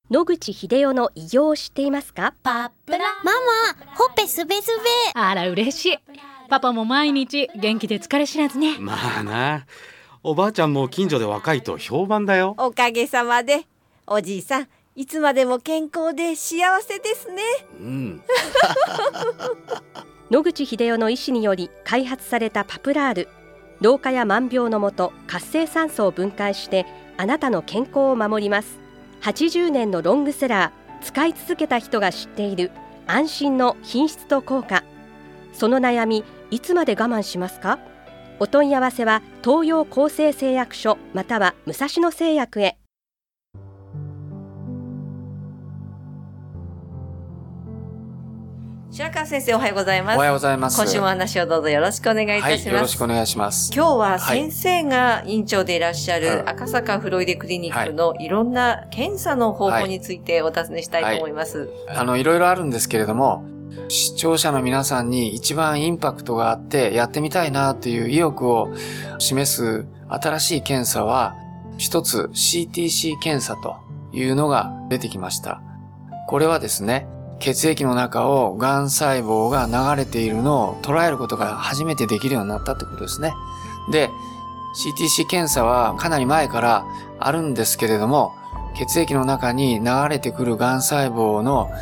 野口英世の偉業を知っていますか？ パップラママ、ほっぺすべすべ。 あら嬉しい。パパも毎日元気で疲れ知らずね。 まあな、おばあちゃんも近所で若いと評判だよ。 おかげさまで。おじいさん、いつまでも健康で幸せですね。 野口英世の医師により開発されたパプラール。老化や万病のもと活性酸素を分解してあなたの健康を守ります。80年のロングセラー、使い続けた人が知っている安心の品質と効果。その悩み、いつまで我慢しますか？お問い合わせは東洋厚生製薬所または武蔵野製薬へ。 白川先生、おはようございます。 おはようございます。 今週も話をどうぞよろしくお願いいたします。 はい、よろしくお願いします。 今日は先生が院長でいらっしゃる赤坂フロイデクリニックのいろんな検査の方法についてお尋ねしたいと思います。 いろいろあるんですけれども、視聴者の皆さんに一番インパクトがあってやってみたいなという意欲を示す新しい検査は、一つ CTC 検査というのが出てきました。これはですね、血液の中をがん細胞が流れているのを捉えることが初めてできるようになったってことですね。で、CTC 検査はかなり前からあるんですけれども、血液の中に流れてくるがん細胞の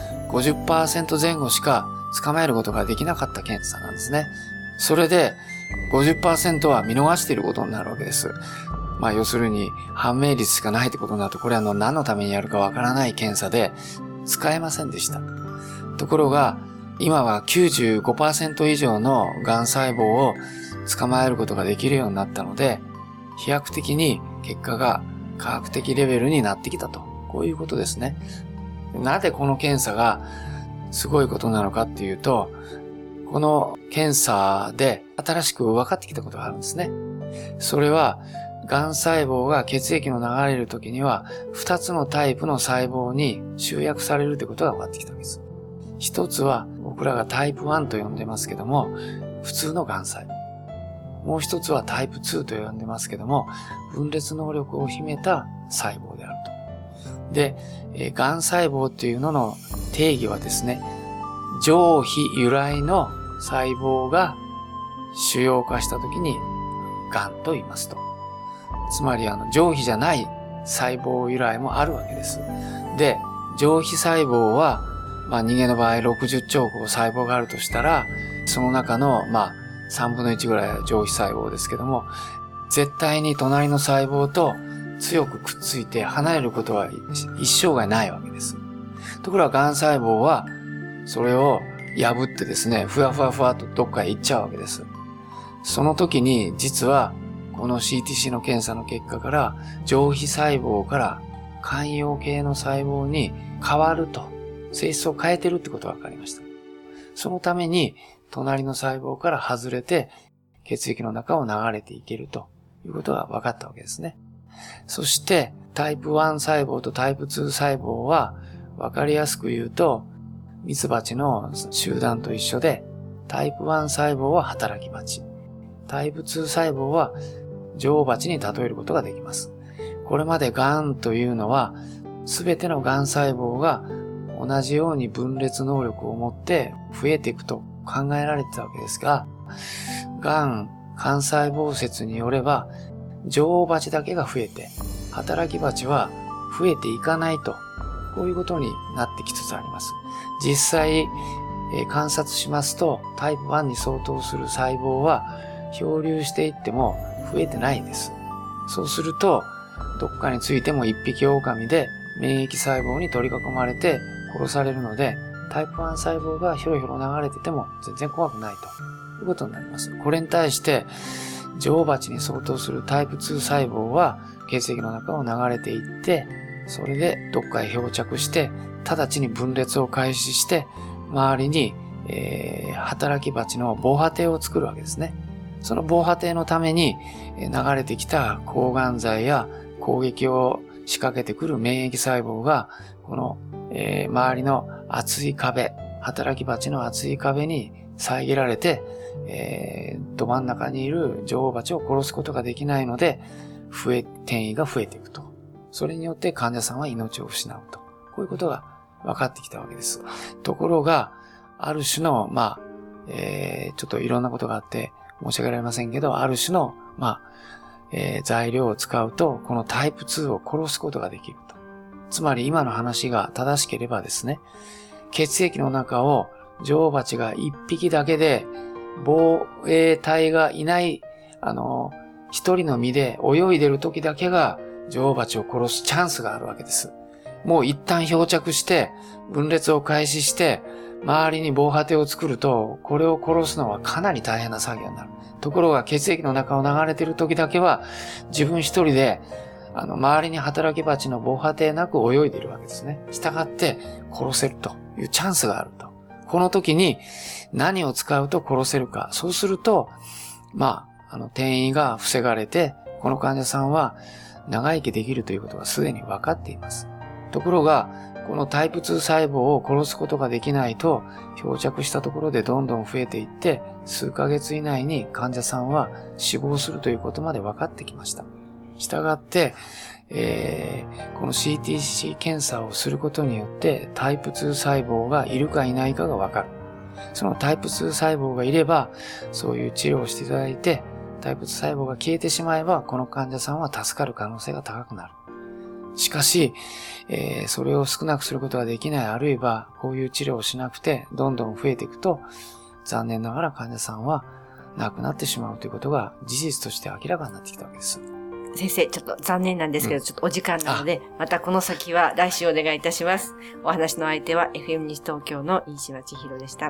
50% 前後しか捕まえることができなかった検査なんですね。それで 50% は見逃していることになるわけです。要するに判明率しかないってことになると、これは何のためにやるかわからない検査で使えませんでした。ところが、今は 95% 以上のがん細胞を捕まえることができるようになったので、飛躍的に結果が科学的レベルになってきたと。こういうことですね。なぜこの検査がすごいことなのかっていうと、この検査で新しく分かってきたことがあるんですね。それは、がん細胞が血液の流れるときには、2つのタイプの細胞に集約されるということが分かってきたわけです。一つは僕らがタイプ1と呼んでますけども、普通のがん細胞。もう一つはタイプ2と呼んでますけども、分裂能力を秘めた細胞であると。で、がん細胞っていうのの定義はですね、上皮由来の細胞が腫瘍化したときにがんと言いますと。つまり上皮じゃない細胞由来もあるわけです。で、上皮細胞は人間の場合60兆個細胞があるとしたら、その中の3分の1ぐらいは上皮細胞ですけども、絶対に隣の細胞と強くくっついて離れることは一生涯ないわけです。ところががん細胞はそれを破ってですね、ふわふわふわっとどっかへ行っちゃうわけです。その時に実はこの CTC の検査の結果から上皮細胞から間葉系の細胞に変わると、性質を変えてるってことが分かりました。そのために隣の細胞から外れて血液の中を流れていけるということが分かったわけですね。そしてタイプ1細胞とタイプ2細胞は分かりやすく言うとミツバチの集団と一緒で、タイプ1細胞は働きバチ、タイプ2細胞は女王バチに例えることができます。これまでがんというのは全てのがん細胞が同じように分裂能力を持って増えていくと考えられてたわけですが、がん幹細胞説によれば女王バチだけが増えて働きバチは増えていかないと、こういうことになってきつつあります。実際、観察しますとタイプ1に相当する細胞は漂流していっても増えてないんです。そうするとどっかについても一匹狼で免疫細胞に取り囲まれて殺されるので、タイプ1細胞がひょろひょろ流れてても全然怖くないということになります。これに対して女王バチに相当するタイプ2細胞は血液の中を流れていって、それでどっかへ漂着して直ちに分裂を開始して周りに、働きバチの防波堤を作るわけですね。その防波堤のために流れてきた抗がん剤や攻撃を仕掛けてくる免疫細胞がこの、周りの厚い壁、働きバチの厚い壁に遮られて、ど真ん中にいる女王バチを殺すことができないので転移が増えていくと。それによって患者さんは命を失うと。 こういうことが分かってきたわけです。ところが、ある種の、ちょっといろんなことがあって申し訳ありませんけど、ある種の、材料を使うと、このタイプ2を殺すことができると。つまり今の話が正しければですね、血液の中を女王蜂が1匹だけで防衛隊がいない一人の身で泳いでる時だけが女王蜂を殺すチャンスがあるわけです。もう一旦漂着して分裂を開始して周りに防波堤を作ると、これを殺すのはかなり大変な作業になる。ところが血液の中を流れている時だけは自分一人で周りに働き蜂の防波堤なく泳いでいるわけですね。したがって殺せるというチャンスがあると。この時に何を使うと殺せるか。そうすると、転移が防がれて、この患者さんは長生きできるということがすでに分かっています。ところが、このタイプ2細胞を殺すことができないと、漂着したところでどんどん増えていって、数ヶ月以内に患者さんは死亡するということまで分かってきました。したがって、この CTC 検査をすることによってタイプ2細胞がいるかいないかがわかる。そのタイプ2細胞がいれば、そういう治療をしていただいて、タイプ2細胞が消えてしまえば、この患者さんは助かる可能性が高くなる。しかし、それを少なくすることができない、あるいはこういう治療をしなくて、どんどん増えていくと、残念ながら患者さんは亡くなってしまうということが事実として明らかになってきたわけです。 先生、ちょっと残念なんですけど、ちょっとお時間なので、またこの先は来週お願いいたします。お話の相手は FM 西東京の飯島千尋でした。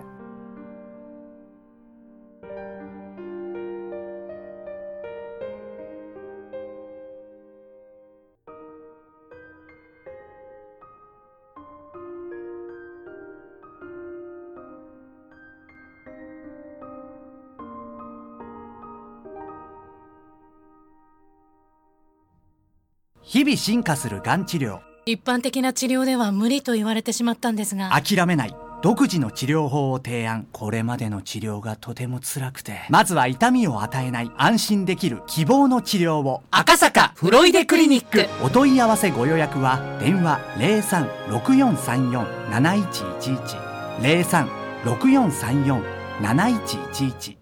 日々進化するがん治療。 一般的な治療では無理と言われてしまったんですが、 諦めない。独自の治療法を提案。これまでの治療がとても辛くて、まずは痛みを与えない、安心できる希望の治療を。 赤坂フロイデクリニック。 お問い合わせご予約は電話 03-6434-7111 03-6434-7111